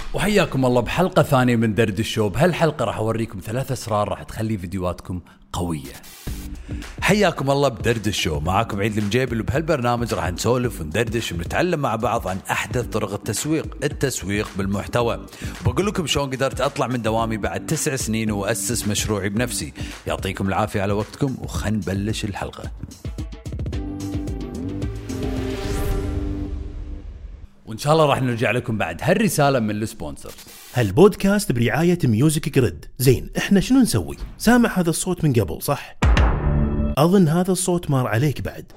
وحياكم الله بحلقة ثانية من دردش شو. بهالحلقة راح أوريكم 3 أسرار راح تخلي فيديوهاتكم قوية. حياكم الله بدردش شو، معاكم عيد المجيبل، وبهالبرنامج راح نسولف وندردش ونتعلم مع بعض عن أحدث طرق التسويق بالمحتوى. وبقول لكم شلون قدرت أطلع من دوامي بعد 9 سنين وأسس مشروعي بنفسي. يعطيكم العافية على وقتكم، وخل نبلش الحلقة. وإن شاء الله راح نرجع لكم بعد هالرسالة من السبونسر. هالبودكاست برعاية ميوزك جريد. زين، احنا شنو نسوي؟ سامع هذا الصوت من قبل صح؟ أظن هذا الصوت مار عليك بعد.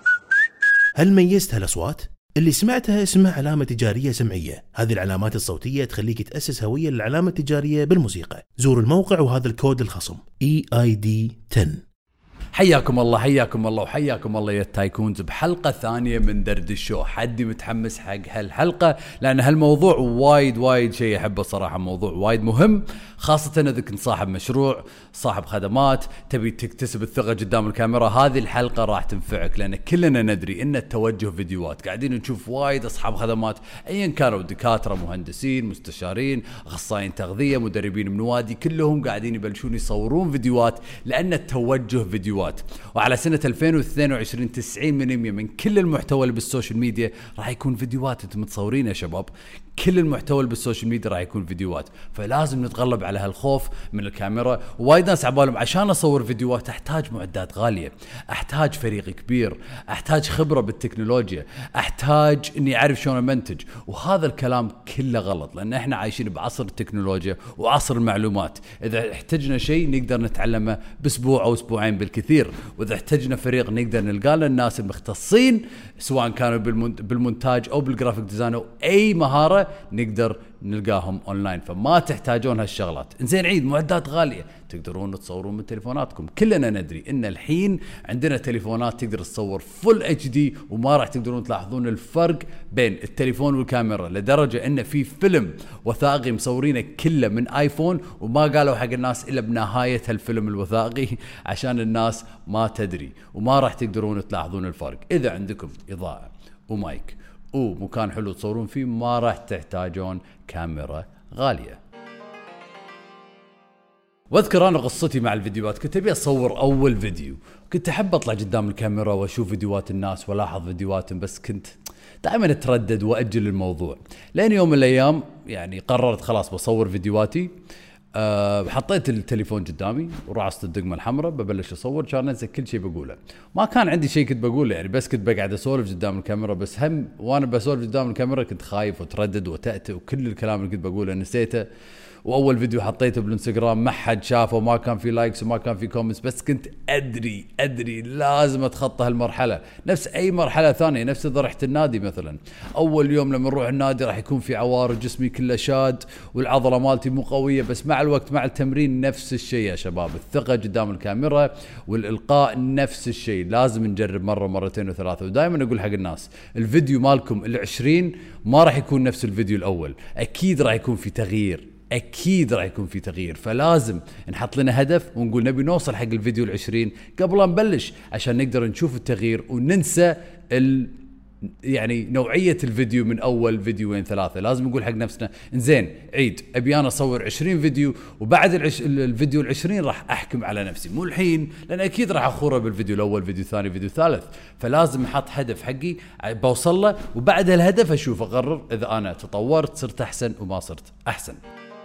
هل ميزت هالأصوات؟ اللي سمعتها اسمها علامة تجارية سمعية. هذه العلامات الصوتية تخليك تأسس هوية للعلامة التجارية بالموسيقى. زور الموقع وهذا الكود الخصم EID 10. حياكم الله وحياكم الله يا تايكونز بحلقة ثانية من دردش شو. حدي متحمس حق هالحلقة لأن هالموضوع وايد شيء أحبه صراحة. موضوع وايد مهم، خاصة إذا كنت صاحب مشروع، صاحب خدمات، تبي تكتسب الثقة قدام الكاميرا. هذه الحلقة راح تنفعك، لأن كلنا ندري إن التوجه فيديوهات. قاعدين نشوف وايد أصحاب خدمات أيا كانوا، دكاترة، مهندسين، مستشارين، أخصائيين تغذية، مدربين من نوادي، كلهم قاعدين يبلشون يصورون فيديوهات لأن التوجه فيديوهات. وعلى سنة 2022 90% من كل المحتوى اللي بالسوشيال ميديا راح يكون فيديوهات. انتم متصورين يا شباب؟ كل المحتوى اللي بالسوشيال ميديا راح يكون فيديوهات. فلازم نتغلب على هالخوف من الكاميرا. وايد ناس عبالهم عشان اصور فيديوهات احتاج معدات غالية، احتاج فريق كبير، احتاج خبرة بالتكنولوجيا، احتاج اني اعرف شلون امنتج. وهذا الكلام كله غلط، لان احنا عايشين بعصر التكنولوجيا وعصر المعلومات. اذا احتجنا شيء نقدر نتعلمه باسبوع او اسبوعين بالكثير، واذا احتجنا فريق نقدر نلقى له الناس المختصين، سواء كانوا بالمونتاج او بالجرافيك ديزاين او اي مهارة نقدر نلقاهم اونلاين. فما تحتاجون هالشغلات. انزين، عيد معدات غالية تقدرون تصورون من تليفوناتكم. كلنا ندري ان الحين عندنا تليفونات تقدر تصور فل HD، وما راح تقدرون تلاحظون الفرق بين التليفون والكاميرا، لدرجة ان في فيلم وثائقي مصورينه كله من ايفون، وما قالوا حق الناس الا بنهاية هالفيلم الوثائقي عشان الناس ما تدري، وما راح تقدرون تلاحظون الفرق. اذا عندكم اضاءة ومايك ومكان حلو تصورون فيه، ما راح تحتاجون كاميرا غالية. واذكر انا قصتي مع الفيديوهات. كنت ابي اصور اول فيديو، كنت احب اطلع قدام الكاميرا واشوف فيديوهات الناس والاحظ فيديوهاتهم، بس كنت دائما اتردد واجل الموضوع. لين يوم من الايام يعني قررت خلاص بصور فيديوهاتي. حطيت التليفون قدامي ورعصت الدقمة الحمراء ببلش أصور. كان أنسى كل شيء بقوله، ما كان عندي شيء كنت بقوله يعني، بس كنت بقعد أسولف قدام الكاميرا. بس هم وأنا بسولف قدام الكاميرا كنت خايف وتردد وتأتئ، وكل الكلام اللي كنت بقوله نسيته. وأول فيديو حطيته بالإنستغرام ما حد شافه، وما كان في لايكس وما كان في كومنتس، بس كنت أدري لازم أتخطى هالمرحلة. نفس أي مرحلة ثانية، نفس إذا رحت النادي مثلا. أول يوم لما نروح النادي راح يكون في عوار، جسمي كله شاد والعضلة مالتي مو قوية، بس مع الوقت مع التمرين نفس الشيء يا شباب. الثقة قدام الكاميرا والإلقاء نفس الشيء. لازم نجرب مرة مرتين وثلاثة. ودائما أقول حق الناس، الفيديو مالكم 20 ما راح يكون نفس الفيديو الأول، أكيد راح يكون في تغيير. فلازم نحط لنا هدف ونقول نبي نوصل حق الفيديو 20 قبل لا نبلش، عشان نقدر نشوف التغيير وننسى يعني نوعية الفيديو من أول فيديوين 3. لازم نقول حق نفسنا إنزين عيد أبي أنا أصور 20 فيديو، وبعد الفيديو 20 راح أحكم على نفسي، مو الحين، لأن أكيد راح أخوره بالفيديو الأول، فيديو ثاني، فيديو ثالث. فلازم أحط هدف حقي بوصل له، وبعد الهدف أشوف أقرر إذا أنا تطورت، صرت أحسن وما صرت أحسن.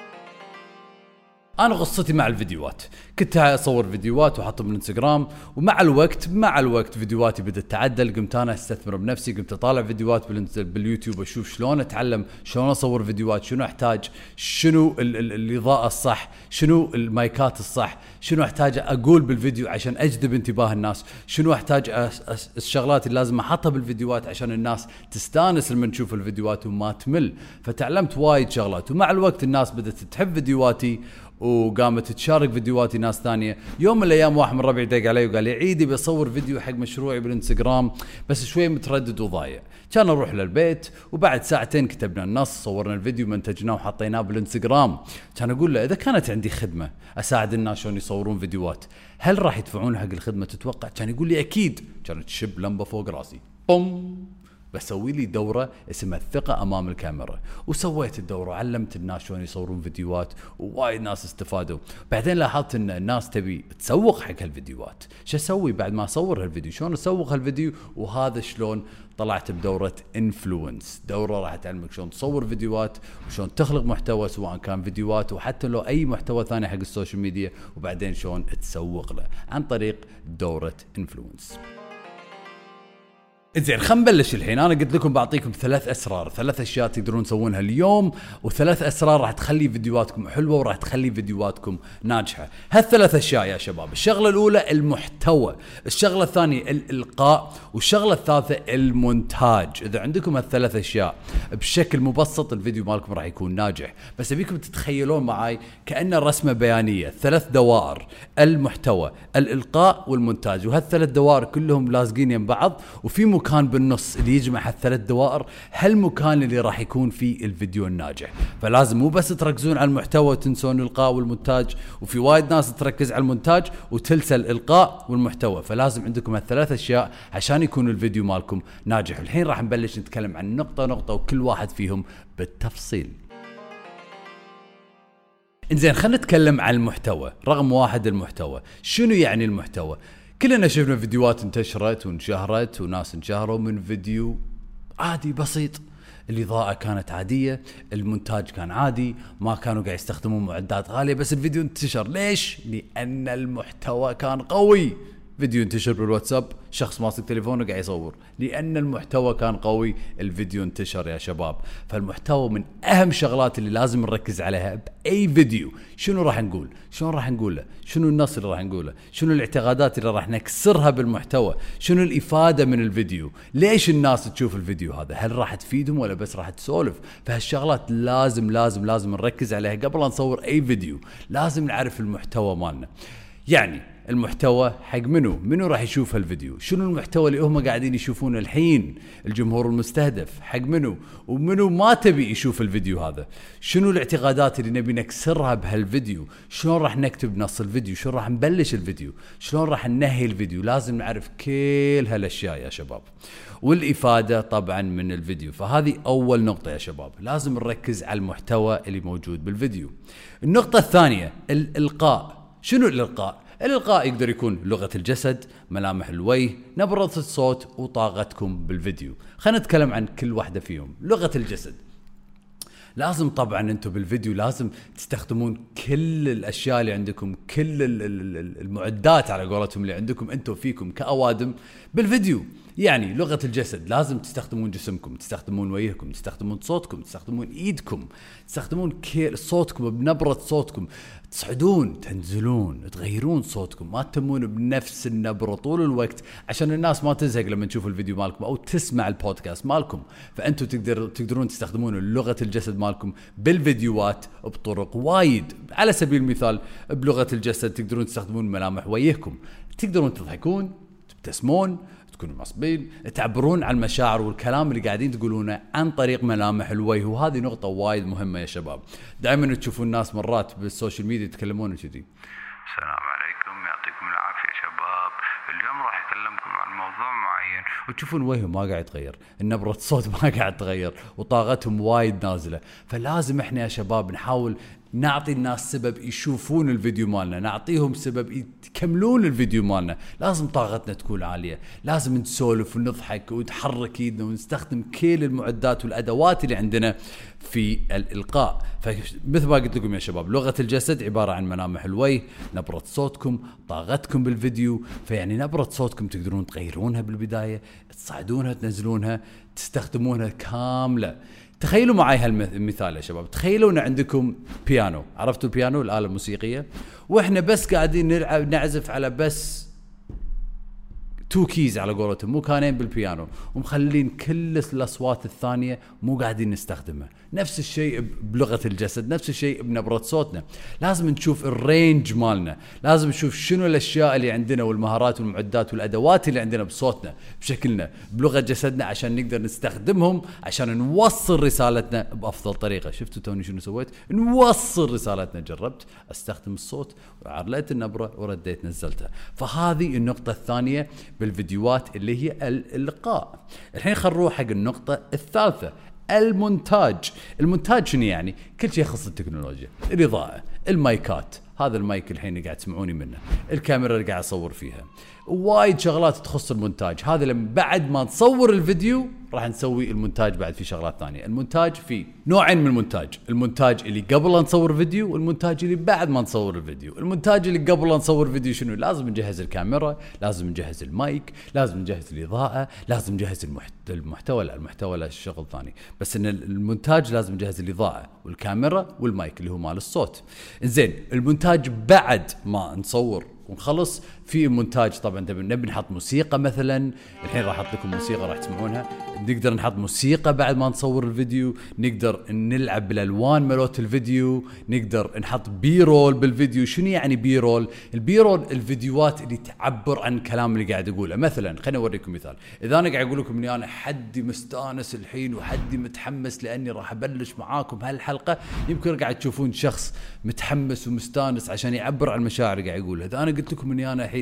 أنا قصتي مع الفيديوهات، كنت أصور فيديوهات وأحطها بالإنستغرام، ومع الوقت فيديوهاتي بدأت تعدل. قمت أنا أستثمر بنفسي، قمت أطالع فيديوهات باليوتيوب، أشوف شلون أتعلم، شلون أصور فيديوهات، شنو أحتاج، شنو الإضاءة الصح، شنو المايكات الصح، شنو أحتاج أقول بالفيديو عشان أجذب انتباه الناس، شنو أحتاج الشغلات اللي لازم أحطها بالفيديوهات عشان الناس تستانس لما تشوف الفيديوهات وما تمل. فتعلمت وايد شغلات، ومع الوقت الناس بدأت تحب فيديوهاتي وقامت تشارك فيديوهاتي ناس ثانية. يوم من الأيام واحد من ربعي دق علي وقال لي عيدي بيصور فيديو حق مشروعي بالإنستغرام، بس شوي متردد وضايع. كان أروح للبيت، وبعد ساعتين كتبنا النص، صورنا الفيديو، منتجناه وحطيناه بالإنستغرام. كان أقول له إذا كانت عندي خدمة أساعد الناس شلون يصورون فيديوهات، هل راح يدفعون حق الخدمة تتوقع؟ كان يقول لي أكيد. كانت تشب لمبة فوق راسي، بوم بسوي لي دورة اسمها الثقة أمام الكاميرا، وسويت الدورة وعلمت الناس شلون يصورون فيديوهات، ووايد ناس استفادوا. بعدين لاحظت ان الناس تبي تسوق حق هالفيديوهات، شو اسوي بعد ما اصور هالفيديو؟ شلون اسوق هالفيديو؟ وهذا شلون طلعت بدورة انفلونس، دورة راح تعلمك شلون تصور فيديوهات وشلون تخلق محتوى، سواء كان فيديوهات وحتى لو اي محتوى ثاني حق السوشيال ميديا، وبعدين شلون تسوق له عن طريق دورة انفلونس. زين خلينا نبلش الحين. انا قلت لكم بعطيكم 3 اسرار، 3 اشياء تقدرون تسوونها اليوم، و3 اسرار راح تخلي فيديوهاتكم حلوه وراح تخلي فيديوهاتكم ناجحه. هال3 اشياء يا شباب، الشغله الاولى المحتوى، الشغله الثانيه الالقاء، والشغله الثالثه المونتاج. اذا عندكم هال3 اشياء بشكل مبسط الفيديو مالكم راح يكون ناجح. بس ابيكم تتخيلون معاي كأنه رسمه بيانيه، 3 دوائر: المحتوى، الالقاء، والمونتاج، وهال3 دوائر كلهم لازقين يم بعض، وفي مكان بالنص اللي يجمع هال3 دوائر، هالمكان اللي راح يكون فيه الفيديو الناجح. فلازم مو بس تركزون على المحتوى وتنسون الالقاء والمونتاج، وفي وايد ناس تركز على المونتاج وتنسى الالقاء والمحتوى. فلازم عندكم هال3 اشياء عشان يكون الفيديو مالكم ناجح. الحين راح نبلش نتكلم عن نقطة نقطة وكل واحد فيهم بالتفصيل. انزين خلينا نتكلم عن المحتوى. رقم 1 المحتوى. شنو يعني المحتوى؟ كلنا شفنا فيديوهات انتشرت وانشهرت وناس انشهروا من فيديو عادي بسيط، الإضاءة كانت عادية، المونتاج كان عادي، ما كانوا قاعد يستخدمون معدات غالية، بس الفيديو انتشر. ليش؟ لأن المحتوى كان قوي. فيديو انتشر بالواتساب، شخص ماسك تليفونه قاعد يصور، لأن المحتوى كان قوي الفيديو انتشر يا شباب. فالمحتوى من أهم شغلات اللي لازم نركز عليها بأي فيديو. شنو راح نقول؟ شلون راح نقوله؟ شنو النص اللي راح نقوله؟ شنو الاعتقادات اللي راح نكسرها بالمحتوى؟ شنو الإفادة من الفيديو؟ ليش الناس تشوف الفيديو هذا؟ هل راح تفيدهم ولا بس راح تسولف؟ فهالشغلات لازم لازم لازم نركز عليها قبل أن نصور أي فيديو. لازم نعرف المحتوى مالنا. يعني المحتوى حق منو راح يشوف هالفيديو؟ شنو المحتوى اللي هم قاعدين يشوفونه الحين؟ الجمهور المستهدف حق ومنو ما تبي يشوف الفيديو هذا؟ شنو الاعتقادات اللي نبي نكسرها بهالفيديو؟ شلون راح نكتب نص الفيديو؟ شلون راح نبلش الفيديو؟ شلون راح ننهي الفيديو؟ لازم نعرف كل هالاشياء يا شباب. والإفادة طبعا من الفيديو. فهذه أول نقطة يا شباب، لازم نركز على المحتوى اللي موجود بالفيديو. النقطة الثانية الإلقاء. شنو الإلقاء؟ الإلقاء يقدر يكون لغة الجسد، ملامح الوجه، نبرة الصوت، وطاقتكم بالفيديو. خلينا نتكلم عن كل واحدة فيهم. لغة الجسد، لازم طبعا انتم بالفيديو لازم تستخدمون كل الاشياء اللي عندكم، كل المعدات على قولتهم اللي عندكم انتم فيكم كأوادم بالفيديو. يعني لغة الجسد لازم تستخدمون جسمكم، تستخدمون وجهكم، تستخدمون صوتكم، تستخدمون ايدكم، تستخدمون صوتكم بنبرة صوتكم، تصعدون تنزلون تغيرون صوتكم، ما تتمون بنفس النبرة طول الوقت عشان الناس ما تزهق لما تشوف الفيديو مالكم او تسمع البودكاست مالكم. فانتم تقدرون تستخدمون لغة الجسد مالكم بالفيديوهات بطرق وايد. على سبيل المثال بلغة الجسد تقدرون تستخدمون ملامح وجهكم، تقدرون تضحكون، تبتسمون، تكونوا مصبين، تعبرون عن المشاعر والكلام اللي قاعدين تقولونه عن طريق ملامح الوجه. وهذه نقطة وايد مهمة يا شباب. دائما تشوفون الناس مرات بالسوشيال ميديا يتكلمون كذي: السلام عليكم، يعطيكم العافية شباب، اليوم راح أكلمكم عن موضوع معين. وتشوفون وجههم ما قاعد يتغير، النبرة الصوت ما قاعد تغير، وطاقتهم وايد نازلة. فلازم احنا يا شباب نحاول نعطي الناس سبب يشوفون الفيديو مالنا، نعطيهم سبب يكملون الفيديو مالنا. لازم طاقتنا تكون عالية، لازم نسولف ونضحك ونتحرك ايدنا ونستخدم كل المعدات والادوات اللي عندنا في الإلقاء. فمثل ما قلت لكم يا شباب، لغة الجسد عبارة عن ملامح الوجه، نبرة صوتكم، طاقتكم بالفيديو. فيعني نبرة صوتكم تقدرون تغيرونها بالبداية، تصعدونها تنزلونها، تستخدمونها كاملة. تخيلوا معي هالمثال يا شباب، تخيلوا ان عندكم بيانو، عرفتوا البيانو الآلة الموسيقية، واحنا بس قاعدين نلعب نعزف على بس 2 كيز على قولتهم، مو كانين بالبيانو، ومخلين كل الأصوات الثانية مو قاعدين نستخدمها. نفس الشيء بلغة الجسد، نفس الشيء بنبرة صوتنا. لازم نشوف الرينج مالنا، لازم نشوف شنو الأشياء اللي عندنا والمهارات والمعدات والأدوات اللي عندنا بصوتنا، بشكلنا، بلغة جسدنا، عشان نقدر نستخدمهم عشان نوصل رسالتنا بأفضل طريقة. شفتوا توني شنو سويت؟ نوصل رسالتنا. جربت استخدم الصوت وعرلت النبرة ورديت نزلتها. فهذه النقطة الثانية بالفيديوهات اللي هي الإلقاء. الحين خلينا نروح حق النقطة الثالثة، المونتاج. المونتاج شنو يعني؟ كل شيء يخص التكنولوجيا، الإضاءة، المايكات، هذا المايك الحين قاعد تسمعوني منه، الكاميرا اللي قاعد أصور فيها، وايد شغلات تخص المونتاج. هذا لما بعد ما تصور الفيديو راح نسوي المونتاج. بعد في شغلات ثانية. المونتاج في نوعين من المونتاج، المونتاج اللي قبل لا نصور فيديو والمونتاج اللي بعد ما نصور الفيديو. المونتاج اللي قبل لا نصور فيديو شنو؟ لازم نجهز الكاميرا، لازم نجهز المايك، لازم نجهز الإضاءة، لازم نجهز المحتوى. لا المحتوى لا شغل ثاني، بس ان المونتاج لازم نجهز الإضاءة والكاميرا والمايك اللي هو مال الصوت. زين، المونتاج بعد ما نصور ونخلص في مونتاج. طبعا نبي نحط موسيقى مثلا، الحين راح احط لكم موسيقى راح تسمعونها. نقدر نحط موسيقى بعد ما نصور الفيديو، نقدر نلعب بالالوان مالوت الفيديو، نقدر نحط بي رول بالفيديو. شنو يعني بي رول؟ البي رول الفيديوهات اللي تعبر عن الكلام اللي قاعد اقوله. مثلا خليني اوريكم مثال. اذا انا قاعد اقول لكم اني انا حدي مستانس الحين وحدي متحمس لاني راح ابلش معاكم هالحلقه، يمكن قاعد تشوفون شخص متحمس ومستانس عشان يعبر عن المشاعر اللي قاعد يقولها. اذا انا قلت لكم اني انا الحين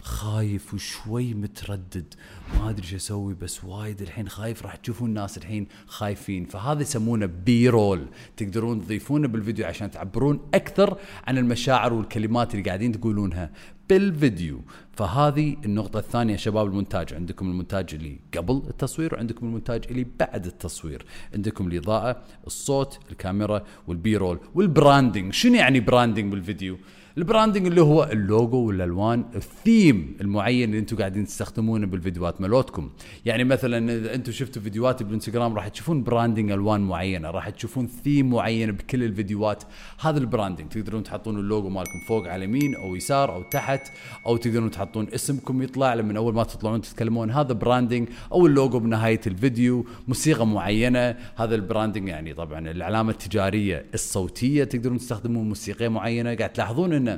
خايف وشوي متردد ما ادري شو اسوي بس وايد الحين خايف، راح تشوفون الناس الحين خايفين، فهذا يسمونه بي رول. تقدرون تضيفونه بالفيديو عشان تعبرون اكثر عن المشاعر والكلمات اللي قاعدين تقولونها بالفيديو. فهذه النقطة الثانية يا شباب. المونتاج، عندكم المونتاج اللي قبل التصوير وعندكم المونتاج اللي بعد التصوير. عندكم الإضاءة، الصوت، الكاميرا، والبي رول، والبراندنج. شنو يعني براندنج بالفيديو؟ البراندنج اللي هو اللوجو والالوان، الثيم المعين اللي انتم قاعدين تستخدمونه بالفيديوهات مالتكم. يعني مثلا اذا انتم شفتوا فيديوهاتي بالانستغرام راح تشوفون براندنج الوان معينه، راح تشوفون ثيم معين بكل الفيديوهات. هذا البراندنج. تقدرون تحطون اللوجو مالكم فوق على يمين او يسار او تحت، او تقدرون تحطون اسمكم يطلع لما اول ما تطلعون تتكلمون، هذا براندنج. او اللوجو بنهايه الفيديو، موسيقى معينه، هذا البراندنج. يعني طبعا العلامه التجاريه الصوتيه تقدرون تستخدمون موسيقى معينه. قاعد تلاحظون ان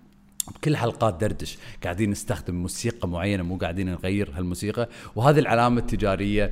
بكل حلقات دردش قاعدين نستخدم موسيقى معينة، مو قاعدين نغير هالموسيقى. وهذه العلامة التجارية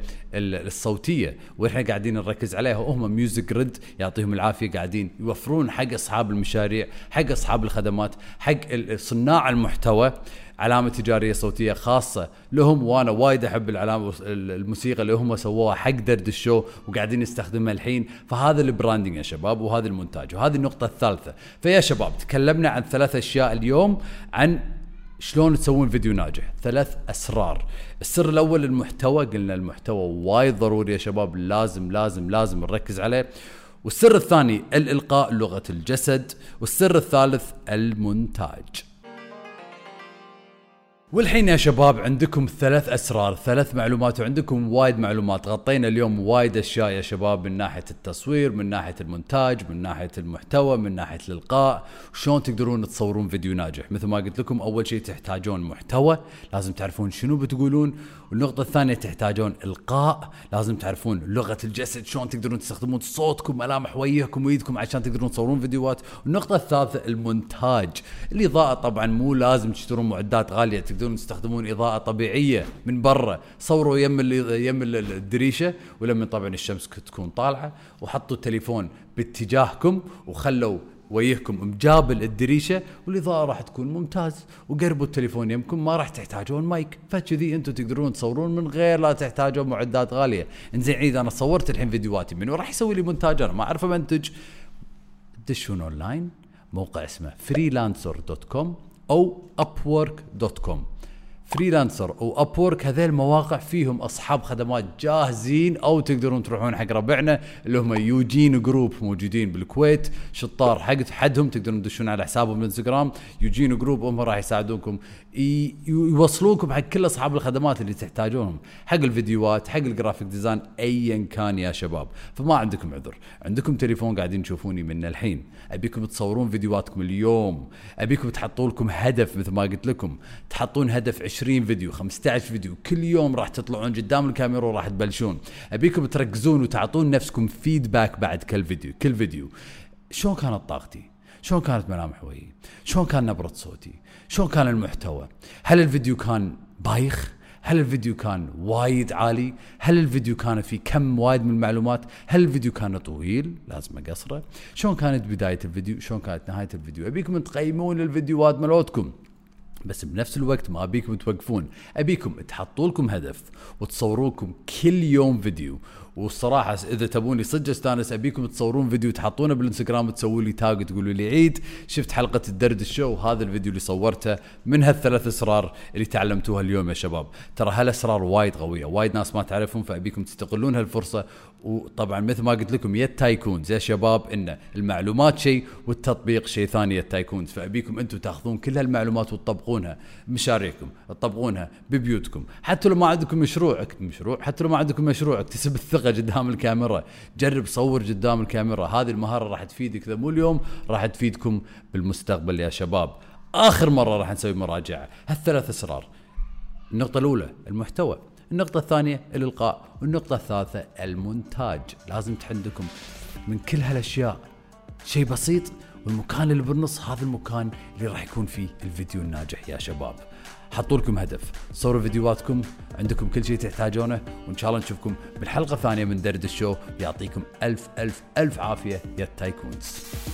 الصوتية واحنا قاعدين نركز عليها. وهم ميوزك جريد يعطيهم العافية قاعدين يوفرون حق أصحاب المشاريع، حق أصحاب الخدمات، حق صناع المحتوى علامة تجارية صوتية خاصة لهم. وانا وايد احب العلامة الموسيقى اللي هم سووها حق درد الشو وقاعدين نستخدمها الحين. فهذا البراندنج يا شباب، وهذا المونتاج، وهذه النقطة الثالثة. فيا شباب تكلمنا عن 3 أشياء اليوم عن شلون تسوون فيديو ناجح. 3 أسرار. السر الأول المحتوى. قلنا المحتوى وايد ضروري يا شباب، لازم لازم لازم نركز عليه. والسر الثاني الإلقاء، لغة الجسد. والسر الثالث المونتاج. والحين يا شباب عندكم 3 أسرار، 3 معلومات، وعندكم وايد معلومات. غطينا اليوم وايد أشياء يا شباب، من ناحية التصوير، من ناحية المونتاج، من ناحية المحتوى، من ناحية الإلقاء، شلون تقدرون تصورون فيديو ناجح. مثل ما قلت لكم، أول شيء تحتاجون محتوى، لازم تعرفون شنو بتقولون. والنقطة الثانية تحتاجون إلقاء، لازم تعرفون لغة الجسد، شلون تقدرون تستخدمون صوتكم، ملامح وجهكم ويدكم عشان تقدرون تصورون فيديوهات. والنقطة الثالثة المونتاج. الإضاءة طبعا مو لازم تشترون معدات غالية، تقدرون تستخدمون إضاءة طبيعية من برا. صوروا يم الدريشة ولما طبعا الشمس تكون طالعة، وحطوا التليفون باتجاهكم وخلوا وجهكم مجابل الدريشة، والإضاءة راح تكون ممتاز. وقربوا التليفون يمكم، ما راح تحتاجون مايك. فكذي انتم تقدرون تصورون من غير لا تحتاجون معدات غالية. انزين عيد، انا صورت الحين فيديوهاتي، منو راح يسوي لي مونتاج؟ انا ما اعرف امنتج. دشون اونلاين موقع اسمه freelancer.com او upwork.com. فريلانسر او ابورك، هذيل المواقع فيهم اصحاب خدمات جاهزين، او تقدرون تروحون حق ربعنا اللي هم يوجين جروب موجودين بالكويت، شطار حق حدهم. تقدرون تدشون على حسابهم بالانستغرام يوجين جروب، هم راح يساعدوكم يوصلوكم حق كل اصحاب الخدمات اللي تحتاجونهم، حق الفيديوهات، حق الجرافيك ديزاين، ايا كان يا شباب. فما عندكم عذر، عندكم تليفون قاعدين تشوفوني منه الحين، ابيكم تصورون فيديوهاتكم اليوم، ابيكم تحطوا لكم هدف مثل ما قلت لكم، تحطون هدف 20 فيديو 15 فيديو كل يوم راح تطلعون قدام الكاميرا وراح تبلشون. ابيكم تركزون وتعطون نفسكم فيدباك بعد كل فيديو. شلون كانت طاقتي؟ شلون كانت ملامح وجهي؟ شلون كان نبرة صوتي؟ شلون كان المحتوى؟ هل الفيديو كان بايخ؟ هل الفيديو كان وايد عالي؟ هل الفيديو كان فيه كم وايد من المعلومات؟ هل الفيديو كان طويل لازم اقصره؟ شلون كانت بداية الفيديو؟ شلون كانت نهاية الفيديو؟ ابيكم تقيمون الفيديوهات مالتكم بس بنفس الوقت ما أبيكم توقفون، أبيكم تحطوا لكم هدف وتصوروكم كل يوم فيديو. والصراحة إذا تبوني صدق استانس أبيكم تصورون فيديو تحطونه بالإنستغرام وتسووا لي تاج تقولوا لي عيد شفت حلقة الدرد الشو هذا الفيديو اللي صورته من هالثلاث أسرار اللي تعلمتوها اليوم يا شباب. ترى هالأسرار وايد قوية، وايد ناس ما تعرفهم، فأبيكم تستغلون هالفرصة. وطبعا مثل ما قلت لكم يا التايكونز يا شباب إن المعلومات شيء والتطبيق شيء ثاني يا التايكونز. فأبيكم أنتم تأخذون كل هالمعلومات وتطبقونها بمشاريعكم، تطبقونها ببيوتكم، حتى لو ما عندكم مشروع حتى لو ما عندكم مشروع اكتسب الثقة قدام الكاميرا، جرب صور قدام الكاميرا. هذه المهارة راح تفيدك إذا مو اليوم راح تفيدكم بالمستقبل يا شباب. آخر مرة راح نسوي مراجعة هالثلاث أسرار. النقطة الأولى المحتوى، النقطة الثانية الإلقاء، والنقطة الثالثة المونتاج. لازم عندكم من كل هالأشياء شيء بسيط، والمكان اللي بالنص هذا المكان اللي راح يكون فيه الفيديو الناجح يا شباب. حطوا لكم هدف، صوروا فيديوهاتكم، عندكم كل شيء تحتاجونه، وإن شاء الله نشوفكم بالحلقة الثانية من درد الشو. يعطيكم ألف ألف ألف عافية يا التايكونز.